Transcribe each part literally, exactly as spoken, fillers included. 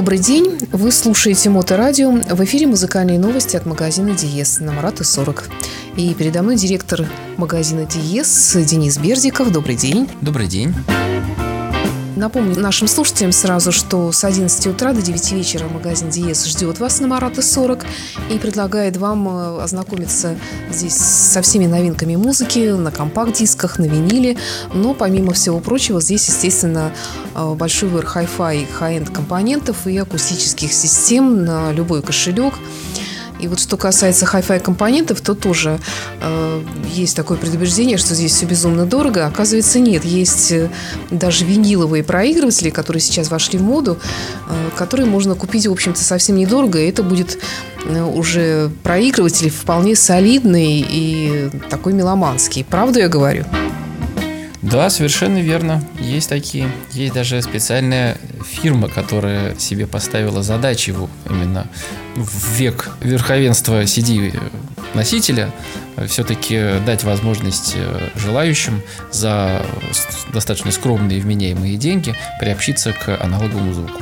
Добрый день. Вы слушаете Моторадио. В эфире музыкальные новости от магазина Диез на Марата сорок. И передо мной директор магазина Диез Денис Бердиков. Добрый день. Добрый день. Напомню нашим слушателям сразу, что с одиннадцати утра до девяти вечера магазин Диез ждет вас на Марата сорок и предлагает вам ознакомиться здесь со всеми новинками музыки на компакт-дисках, на виниле. Но помимо всего прочего, здесь, естественно, большой выбор хай-фай, хай-энд компонентов и акустических систем на любой кошелек. И вот что касается хай-фай компонентов, то тоже э, есть такое предубеждение, что здесь все безумно дорого. Оказывается, нет. Есть даже виниловые проигрыватели, которые сейчас вошли в моду, э, которые можно купить, в общем-то, совсем недорого. И это будет э, уже проигрыватель вполне солидный и такой меломанский. Правду я говорю? Да, совершенно верно. Есть такие. Есть даже специальная фирма, которая себе поставила задачу именно в век верховенства си ди-носителя все-таки дать возможность желающим за достаточно скромные вменяемые деньги приобщиться к аналоговому звуку.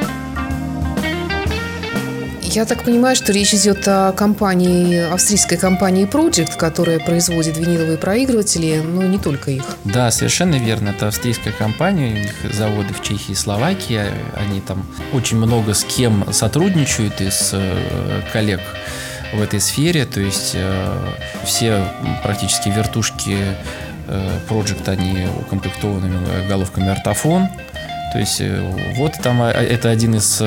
Я так понимаю, что речь идет о компании, австрийской компании Project, которая производит виниловые проигрыватели, но не только их. Да, совершенно верно. Это австрийская компания, у них заводы в Чехии и Словакии. Они там очень много с кем сотрудничают из коллег в этой сфере. То есть все практически вертушки Project, они укомплектованы головками ортофон. То есть вот там это один из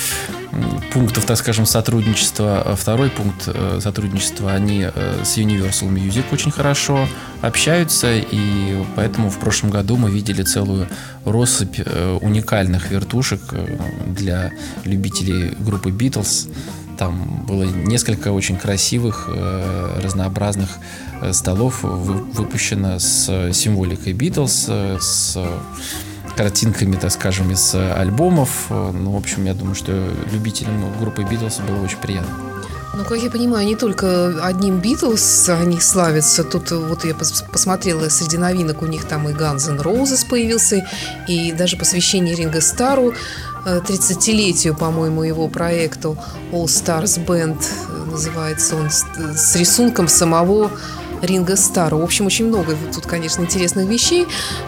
пунктов, так скажем, сотрудничества. Второй пункт сотрудничества, они с Universal Music очень хорошо общаются, и поэтому в прошлом году мы видели целую россыпь уникальных вертушек для любителей группы Beatles. Там было несколько очень красивых, разнообразных столов выпущено с символикой Beatles, с картинками, так скажем, из альбомов. Ну, в общем, я думаю, что любителям группы Beatles было очень приятно. Ну, как я понимаю, не только одним Beatles они славятся. Тут вот я посмотрела, среди новинок у них там и Guns N' Roses появился, и даже посвящение Ринго Старру тридцатилетию, по-моему, его проекту All Stars Band, называется он, с рисунком самого Ринго Старра. В общем, очень много тут, конечно, интересных вещей.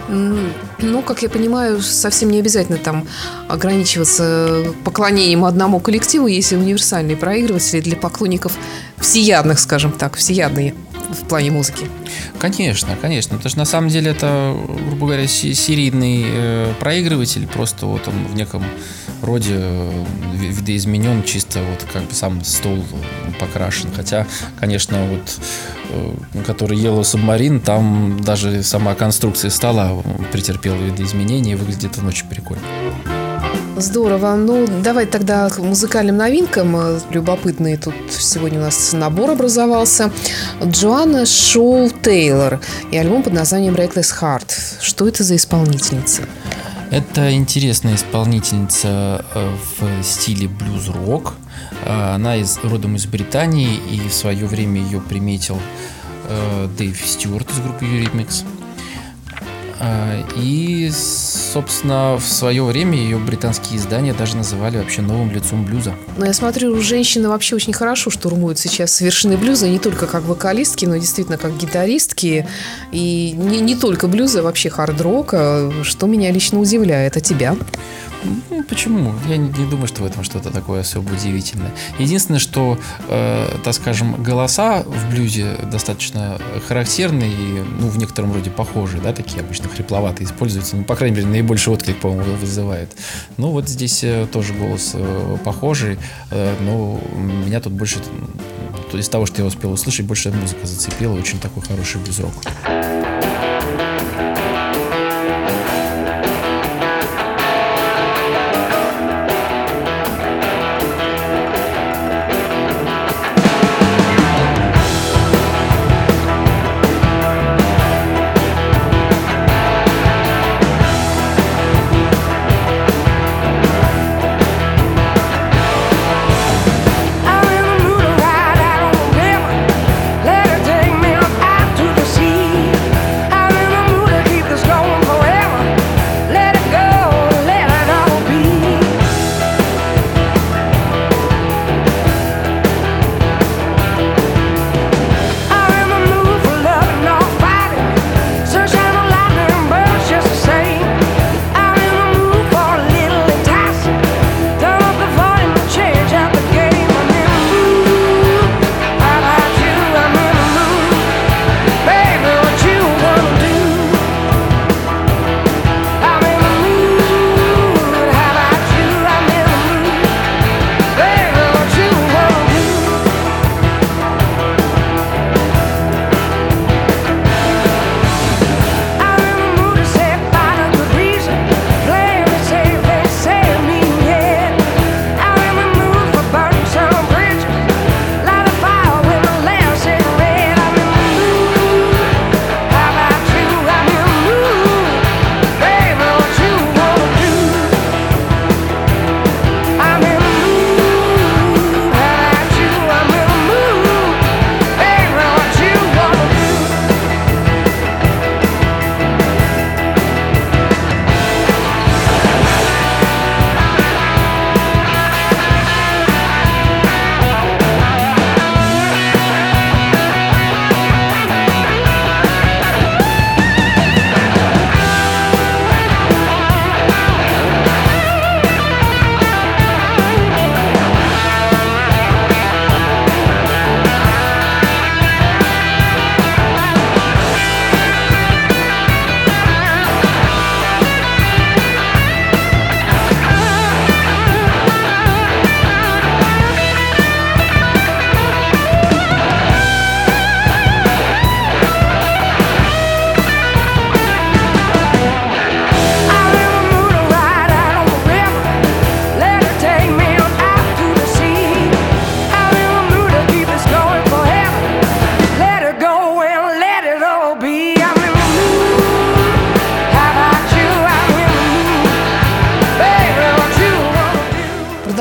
Но, как я понимаю, совсем не обязательно там ограничиваться поклонением одному коллективу. Есть и универсальные проигрыватели для поклонников всеядных, скажем так, всеядные в плане музыки. Конечно, конечно. Потому что на самом деле это, грубо говоря, серийный э, проигрыватель. Просто вот он в неком роде видоизменен, чисто вот как бы сам стол покрашен. Хотя, конечно, вот э, который Yellow Submarine, там даже сама конструкция стола претерпела видоизменения, и выглядит он очень прикольно. Здорово. Ну, давай тогда к музыкальным новинкам. Любопытный тут сегодня у нас набор образовался. Джоанна Шоу Тейлор и альбом под названием Reckless Heart. Что это за исполнительница? Это интересная исполнительница в стиле блюз-рок. Она из, родом из Британии, и в свое время ее приметил Дэйв Стюарт из группы Eurythmics. И, собственно, в свое время ее британские издания даже называли вообще новым лицом блюза. Но я смотрю, женщины вообще очень хорошо штурмуют сейчас вершины блюза, не только как вокалистки, но действительно как гитаристки. И не, не только блюза, а вообще хард-рока, что меня лично удивляет. А тебя? Ну, почему? Я не, не думаю, что в этом что-то такое особо удивительное. Единственное, что, э, так скажем, голоса в блюзе достаточно характерные и, ну, в некотором роде похожие, да, такие обычно хрипловатые используются, ну, по крайней мере, наибольший отклик, по-моему, вызывает. Ну, вот здесь э, тоже голос э, похожий, э, но меня тут больше, то из того, что я успел услышать, больше музыка зацепила, очень такой хороший блюз-рок. Let her take me out to the sea.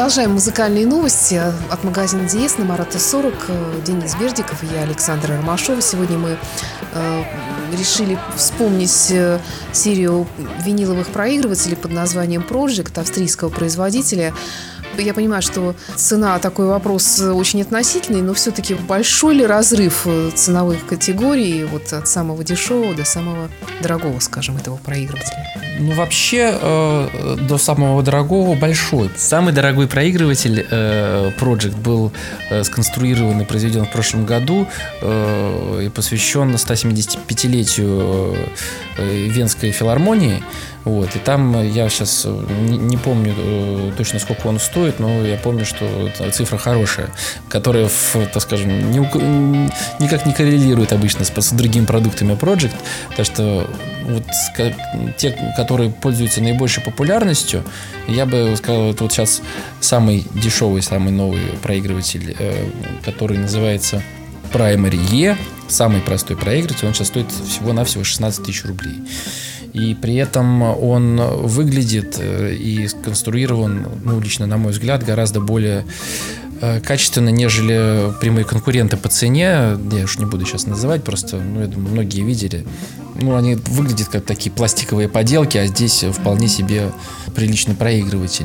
Продолжаем музыкальные новости от магазина Диез на Марата сорок. Денис Бердиков и я, Александра Ромашова. Сегодня мы э, решили вспомнить э, серию виниловых проигрывателей под названием Project австрийского производителя. Я понимаю, что цена — такой вопрос очень относительный, но все-таки большой ли разрыв ценовых категорий вот от самого дешевого до самого дорогого, скажем, этого проигрывателя? Ну, вообще, э, до самого дорогого большой. Самый дорогой проигрыватель э, Project был э, сконструирован и произведен в прошлом году э, и посвящен сто семидесятипятилетию э, Венской филармонии. Вот, и там я сейчас не, не помню э, точно, сколько он стоит, но я помню, что цифра хорошая, которая, в, так скажем, не, никак не коррелирует обычно с, с другими продуктами Project. Так что вот те, которые пользуются наибольшей популярностью, я бы сказал, это вот сейчас самый дешевый, самый новый проигрыватель, э, который называется Primary E, самый простой проигрыватель, он сейчас стоит всего-навсего шестнадцать тысяч рублей. И при этом он выглядит и сконструирован, ну, лично на мой взгляд, гораздо более качественно, нежели прямые конкуренты по цене. Я уж не буду сейчас называть, просто, ну, я думаю, многие видели. Ну, они выглядят как такие пластиковые поделки, а здесь вполне себе приличный проигрыватель.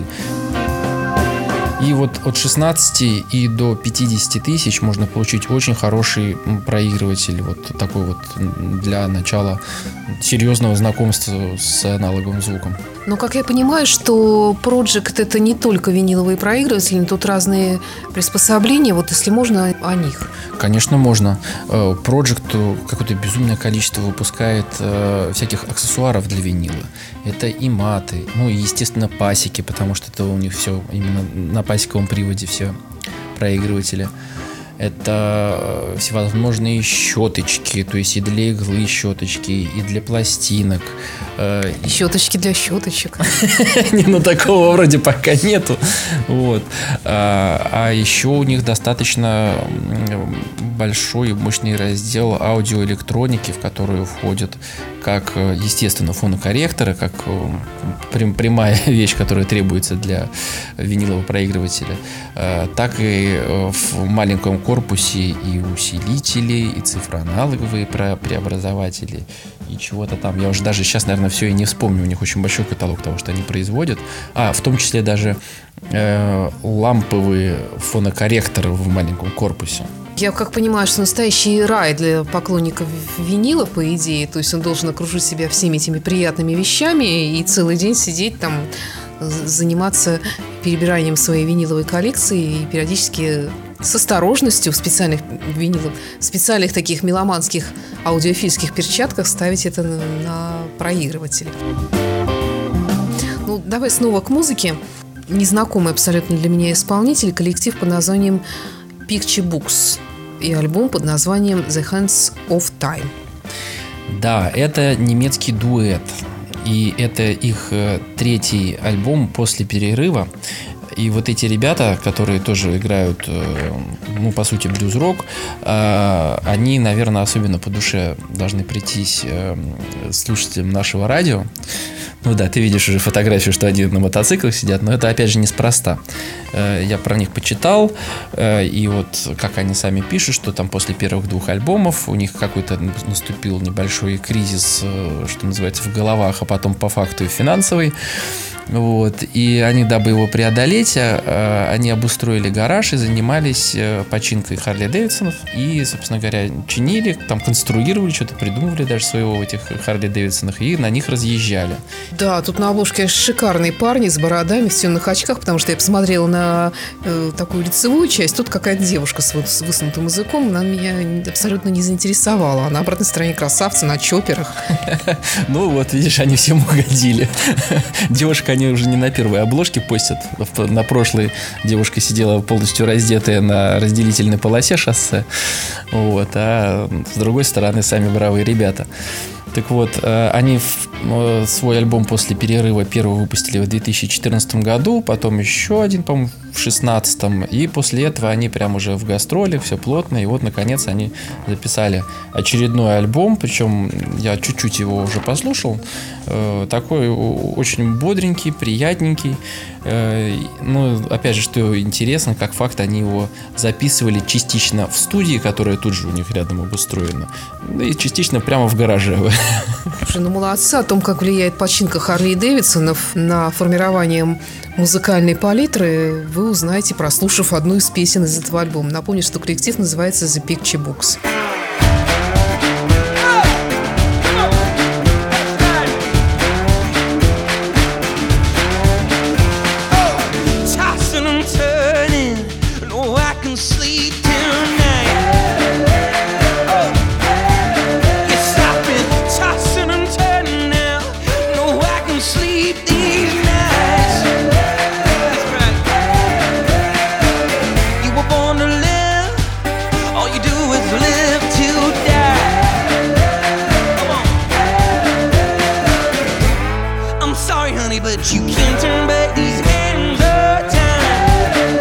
И вот от шестнадцати и до пятидесяти тысяч можно получить очень хороший проигрыватель, вот такой вот для начала серьезного знакомства с аналоговым звуком. Но, как я понимаю, что Project — это не только виниловые проигрыватели, тут разные приспособления. Вот если можно, о них. Конечно, можно. Project какое-то безумное количество выпускает всяких аксессуаров для винила. Это и маты, ну и, естественно, пасеки, потому что это у них все именно на пасековом приводе все проигрыватели. Это всевозможные щеточки, то есть и для иглы щеточки, и для пластинок. И щеточки для щеточек. Не, ну такого вроде пока нету. Вот. А еще у них достаточно большой и мощный раздел аудиоэлектроники, в которую входят как, естественно, фонокорректоры, как прямая вещь, которая требуется для винилового проигрывателя, так и в маленьком корпусе и усилители, и цифроаналоговые преобразователи, и чего-то там. Я уже даже сейчас, наверное, все и не вспомню. У них очень большой каталог того, что они производят. А, в том числе даже э, ламповые фонокорректоры в маленьком корпусе. Я как понимаю, что настоящий рай для поклонников винила, по идее. То есть он должен окружить себя всеми этими приятными вещами и целый день сидеть там, заниматься перебиранием своей виниловой коллекции и периодически с осторожностью в специальных винилов, в специальных таких меломанских аудиофильских перчатках ставить это на, на проигрыватель. Ну, давай снова к музыке. Незнакомый абсолютно для меня исполнитель, коллектив под названием Picture Books и альбом под названием The Hands of Time. Да, это немецкий дуэт. И это их третий альбом после перерыва. И вот эти ребята, которые тоже играют, ну, по сути, блюз-рок, они, наверное, особенно по душе должны прийтись слушателям нашего радио. Ну да, ты видишь уже фотографию, что они на мотоциклах сидят, но это, опять же, неспроста. Я про них почитал, и вот как они сами пишут, что там после первых двух альбомов у них какой-то наступил небольшой кризис, что называется, в головах, а потом по факту и финансовый. Вот. И они, дабы его преодолеть, они обустроили гараж и занимались починкой Харли Дэвидсонов. И, собственно говоря, чинили, там конструировали, что-то придумывали даже своего в этих Харли Дэвидсонах и на них разъезжали. Да, тут на обложке шикарные парни с бородами в темных очках, потому что я посмотрела на э, такую лицевую часть. Тут какая-то девушка с, вот, с высунутым языком, она меня абсолютно не заинтересовала. А на обратной стороне красавцы на чоперах. Ну вот, видишь, они всем угодили. Девушка, они уже не на первой обложке постят. На прошлой девушка сидела полностью раздетая на разделительной полосе шоссе. Вот, а с другой стороны сами бравые ребята. Так вот, они в свой альбом после перерыва первый выпустили в две тысячи четырнадцатом году, потом еще один, по-моему, в шестнадцатом, и после этого они прям уже в гастролях, все плотно, и вот, наконец, они записали очередной альбом, причем я чуть-чуть его уже послушал, такой очень бодренький, приятненький, ну, опять же, что интересно, как факт, они его записывали частично в студии, которая тут же у них рядом обустроена, и частично прямо в гараже. Слушай, ну молодцы. О том, как влияет починка Харли Дэвидсонов на формирование музыкальной палитры, вы узнаете, прослушав одну из песен из этого альбома. Напомню, что коллектив называется The Picture Books. But you can't turn back these hands of time.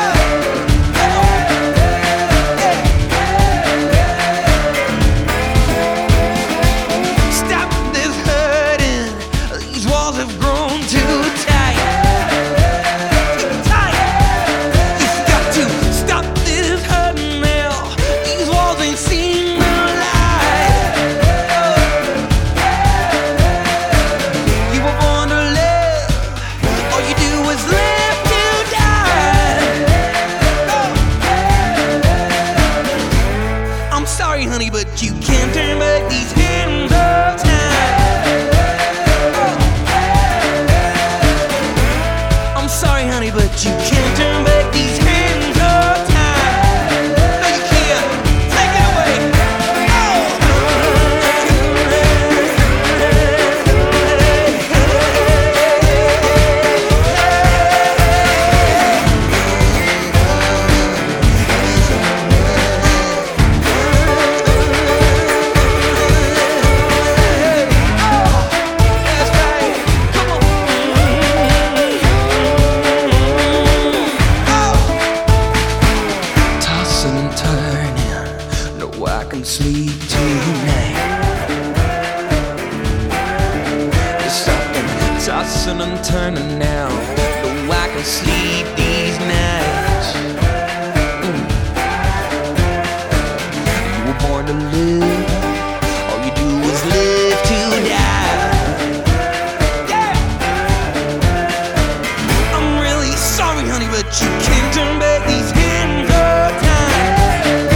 Stop this hurting. These walls have grown too tight. Too tight. You've got to stop this hurting now. These walls ain't seen no light. You were born to live. All you do is live to die. I'm sorry, honey, but you can't turn back these hands of time. I'm sorry, honey, but you can't turn back these hands of time. No, you can't. Take it away. That's right. Come on. Tossing and turning, no, I can sleep tonight. Just something tossing and turning now, no, I can sleep these nights. Mm. You were born to live, all you do is live to die. Yeah. I'm really sorry, honey, but you can't turn back these hands of time.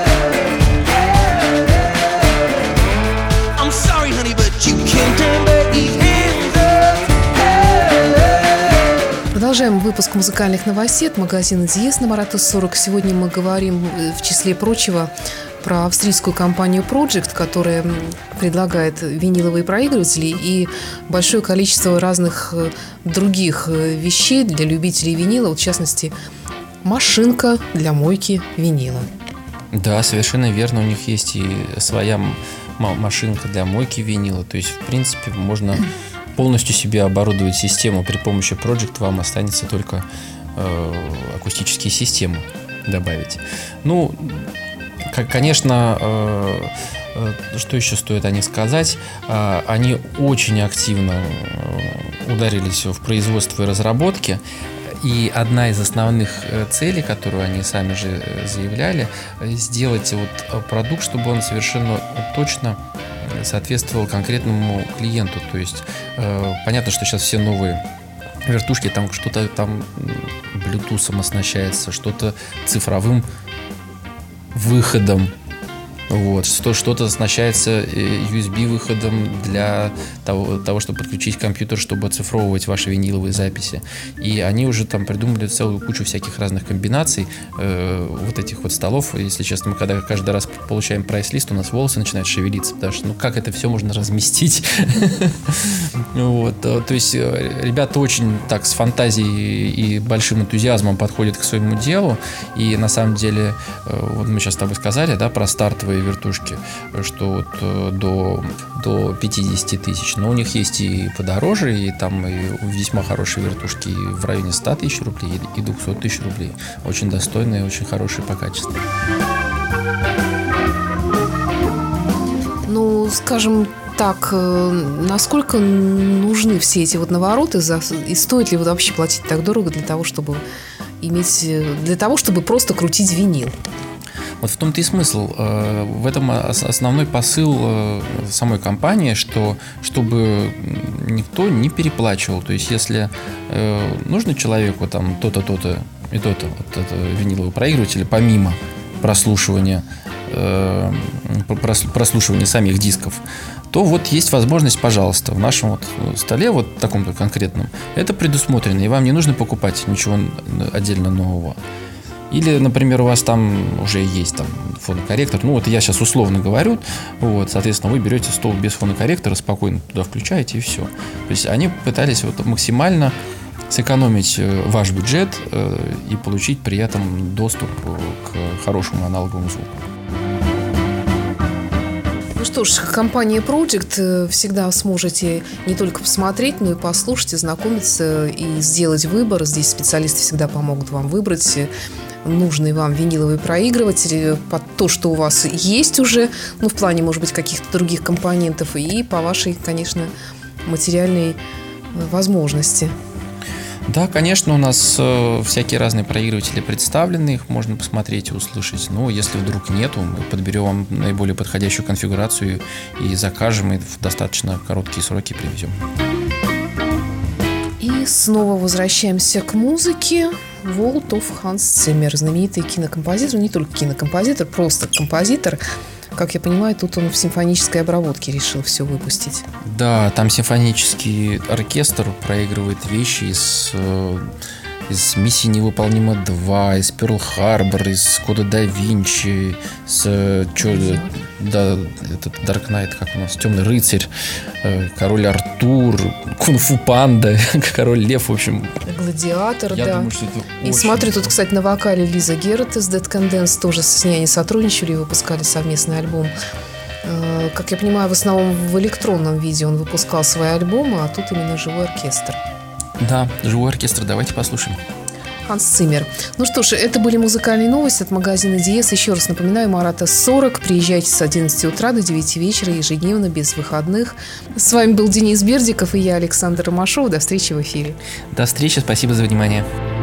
I'm sorry, honey, but you can't turn back these hands of time. Продолжаем выпуск музыкальных новостей от магазина Диез на Марата сорок. Сегодня мы говорим, э, в числе прочего, про австрийскую компанию Project, которая м, предлагает виниловые проигрыватели и большое количество разных э, других э, вещей для любителей винила, вот, в частности, машинка для мойки винила. Да, совершенно верно. У них есть и своя м- машинка для мойки винила. То есть, в принципе, можно полностью себе оборудовать систему. При помощи Project вам останется только э, акустические системы добавить. Ну, к- конечно, э, э, что еще стоит о них сказать? Э, они очень активно э, ударились в производство и разработки. И одна из основных э, целей, которую они сами же э, заявляли, э, сделать вот э, продукт, чтобы он совершенно точно э, соответствовал конкретному клиенту. То есть э, понятно, что сейчас все новые вертушки, там что-то там м, Bluetooth оснащается, что-то цифровым выходом. Вот, что, что-то оснащается ю эс би выходом для того, того, чтобы подключить компьютер, чтобы оцифровывать ваши виниловые записи. И они уже там придумали целую кучу всяких разных комбинаций э, вот этих вот столов. Если честно, мы когда каждый раз получаем прайс-лист, у нас волосы начинают шевелиться, потому что ну как это все можно разместить? Вот, то есть ребята очень так с фантазией и большим энтузиазмом подходят к своему делу. И на самом деле, вот мы сейчас с тобой сказали, да, про стартовые базовые вертушки, что вот э, до, до пятьдесят тысяч. Но у них есть и подороже, и там и весьма хорошие вертушки и в районе ста тысяч рублей, и двухсот тысяч рублей. Очень достойные, очень хорошие по качеству. Ну, скажем так, насколько нужны все эти вот навороты, и стоит ли вот вообще платить так дорого для того, чтобы иметь, для того, чтобы просто крутить винил? Вот в том-то и смысл. В этом основной посыл самой компании, что чтобы никто не переплачивал. То есть, если нужно человеку там то-то, то-то и то-то, вот это виниловый проигрыватель, помимо прослушивания, прослушивания самих дисков, то вот есть возможность, пожалуйста, в нашем вот столе, вот таком-то конкретном, это предусмотрено, и вам не нужно покупать ничего отдельно нового. Или, например, у вас там уже есть там фонокорректор, ну вот я сейчас условно говорю, вот, соответственно, вы берете стол без фонокорректора, спокойно туда включаете и все. То есть они пытались вот максимально сэкономить ваш бюджет э, и получить при этом доступ к хорошему аналоговому звуку. Ну что ж, компания Project всегда сможете не только посмотреть, но и послушать, ознакомиться и сделать выбор. Здесь специалисты всегда помогут вам выбрать нужный вам виниловый проигрыватель под то, что у вас есть уже, ну, в плане, может быть, каких-то других компонентов, и по вашей, конечно, материальной возможности. Да, конечно, у нас э, всякие разные проигрыватели представлены, их можно посмотреть и услышать. Но если вдруг нету, мы подберем вам наиболее подходящую конфигурацию и закажем, и в достаточно короткие сроки привезем. И снова возвращаемся к музыке. Waltz of Hans Zimmer, знаменитый кинокомпозитор, не только кинокомпозитор, просто композитор. Как я понимаю, тут он в симфонической обработке решил все выпустить. Да, там симфонический оркестр проигрывает вещи из, из «Миссии невыполнима два», из «Пёрл-Харбор», из «Кода да Винчи», с чё, да, этот Dark Knight, как у нас, «Темный рыцарь», «Король Артур», «Кунг-фу панда», «Король лев», в общем. «Гладиатор», я да. думаю, что это и очень... смотрю, тут, кстати, на вокале Лиза Геррет из Dead Condense, тоже с ней они сотрудничали и выпускали совместный альбом. Как я понимаю, в основном в электронном виде он выпускал свои альбомы, а тут именно живой оркестр. Да, живой оркестр, давайте послушаем. Ханс Циммер. Ну что ж, это были музыкальные новости от магазина Диез. Еще раз напоминаю, Марата сорок. Приезжайте с одиннадцати утра до девяти вечера ежедневно, без выходных. С вами был Денис Бердиков и я, Александр Ромашова. До встречи в эфире. До встречи, спасибо за внимание.